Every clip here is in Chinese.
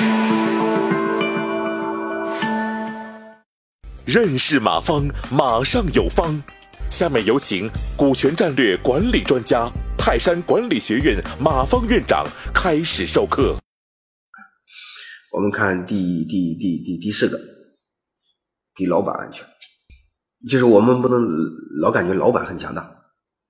认识马方，马上有方。下面有请股权战略管理专家、泰山管理学院马方院长开始授课。 我们看第四个，给老板安全。就是我们不能老感觉老板很强大，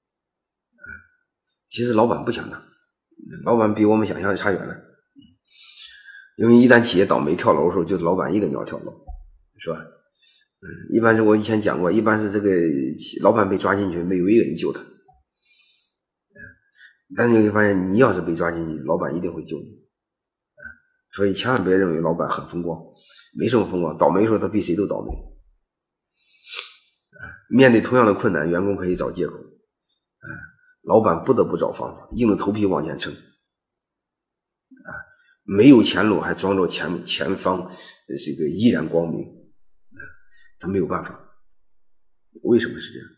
其实老板不强大，老板比我们想象差远了。因为一旦企业倒霉跳楼的时候，就是老板一个鸟跳楼，是吧？一般是我以前讲过，一般是这个老板被抓进去，没有一个人救他。但是你会发现，你要是被抓进去，老板一定会救你。所以千万别认为老板很风光，没什么风光，倒霉的时候他比谁都倒霉。面对同样的困难，员工可以找借口，老板不得不找方法，硬着头皮往前撑。没有前路，还装着前方这个依然光明，他没有办法。为什么是这样？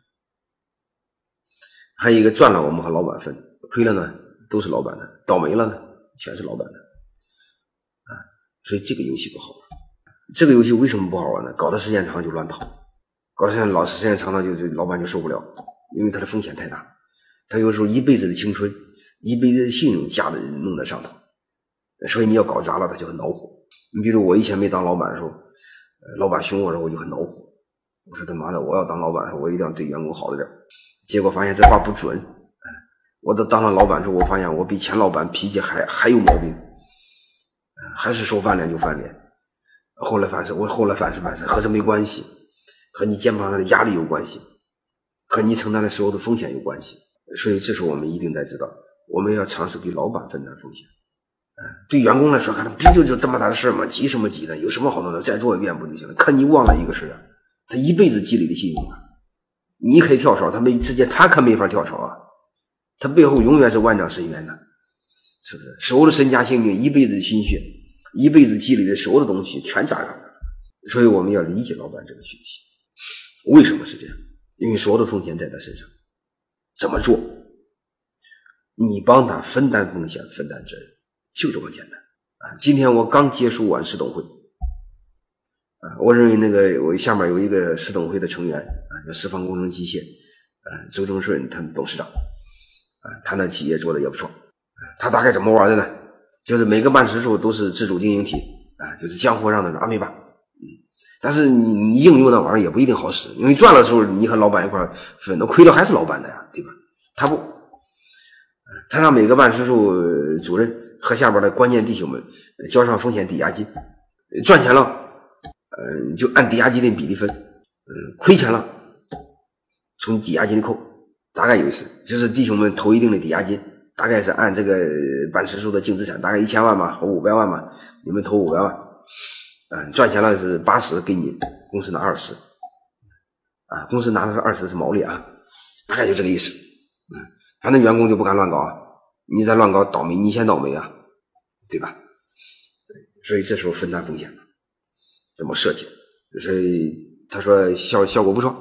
还有一个，赚了我们和老板分，亏了呢都是老板的，倒霉了呢全是老板的。所以这个游戏不好玩。这个游戏为什么不好玩呢？搞的时间长就乱套，搞时间长了就老板就受不了，因为他的风险太大，他有时候一辈子的青春、一辈子的信用加的弄在上头，所以你要搞砸了他就很恼火。你比如我以前没当老板的时候，老板凶我的时候我就很恼火，我说他妈的，我要当老板的时候我一定要对员工好一点。结果发现这话不准，我当了老板之后，我发现我比前老板脾气还有毛病，还是说翻脸就翻脸。后来反思，和这没关系，和你肩膀上的压力有关系，和你承担的所有的风险有关系。所以这时候我们一定得知道，我们要尝试给老板分担风险。对员工来说，看不就这么大的事吗？急什么急呢？有什么好弄的？再做一遍不就行了？可你忘了一个事啊，他一辈子积累的信用啊，你可以跳槽，他可没法跳槽啊，他背后永远是万丈深渊的，是不是？所有的身家性命，一辈子的心血，一辈子积累的所有的东西全砸上了。所以我们要理解老板这个讯息。为什么是这样？因为所有的风险在他身上。怎么做？你帮他分担风险，分担责任，就这么简单。今天我刚结束完市董会，我认为我下面有一个市董会的成员叫四方工程机械，周正顺他董事长，他那企业做的也不错。他大概怎么玩的呢？就是每个办事处都是自主经营体，就是江湖上的阿美办。但是你应用那玩意儿也不一定好使，因为赚了的时候你和老板一块分，那亏了还是老板的呀，对吧？他不，他让每个办事处主任和下边的关键弟兄们交上风险抵押金，赚钱了就按抵押金的比例分，亏钱了从抵押金里扣，大概有一次就是弟兄们投一定的抵押金，大概是按这个办事处的净资产大概1000万嘛和500万嘛，你们投500万，赚钱了是80给你，公司拿20，公司拿的是20是毛利啊，大概就这个意思。反正员工就不敢乱搞啊，你再乱搞倒霉，你先倒霉啊，对吧？所以这时候分担风险了，怎么设计的？所以他说效果不错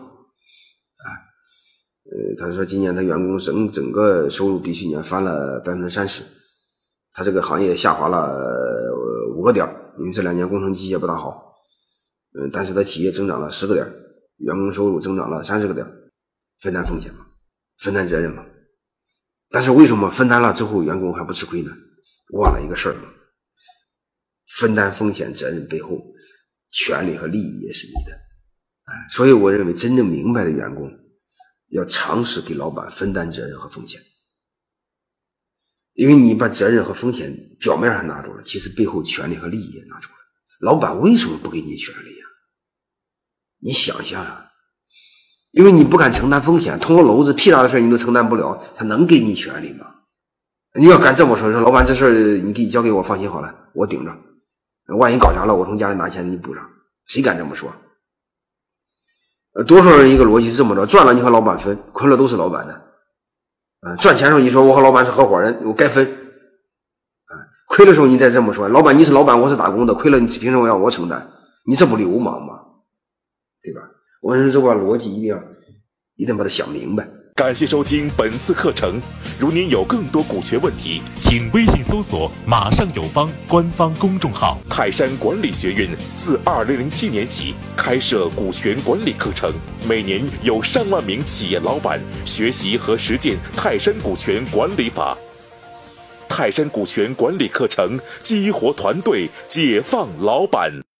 他说今年他员工整个收入比去年翻了30%，他这个行业下滑了5个点，因为这2年工程机械不大好，但是他企业增长了10个点，员工收入增长了30个点，分担风险嘛，分担责任嘛。但是为什么分担了之后员工还不吃亏呢？忘了一个事儿嘛，分担风险责任背后权利和利益也是你的。所以我认为真正明白的员工要尝试给老板分担责任和风险，因为你把责任和风险表面上拿住了，其实背后权利和利益也拿住了。老板为什么不给你权利啊？你想想啊，因为你不敢承担风险，捅了篓子屁大的事你都承担不了，他能给你权利吗？你要敢这么说老板这事你交给我放心好了，我顶着，万一搞砸了我从家里拿钱给你补上，谁敢这么说？多数人一个逻辑是这么着，赚了你和老板分，亏了都是老板的。赚钱的时候你说我和老板是合伙人，我该分。亏的时候你再这么说，老板你是老板我是打工的，亏了你凭什么要我承担？你这不流氓吗？对吧？我认为这把逻辑一定把它想明白。 感谢收听本次课程。如您有更多股权问题，请微信搜索“马上有方”官方公众号。泰山管理学院自2007年起开设股权管理课程，每年有上万名企业老板学习和实践泰山股权管理法。泰山股权管理课程激活团队，解放老板。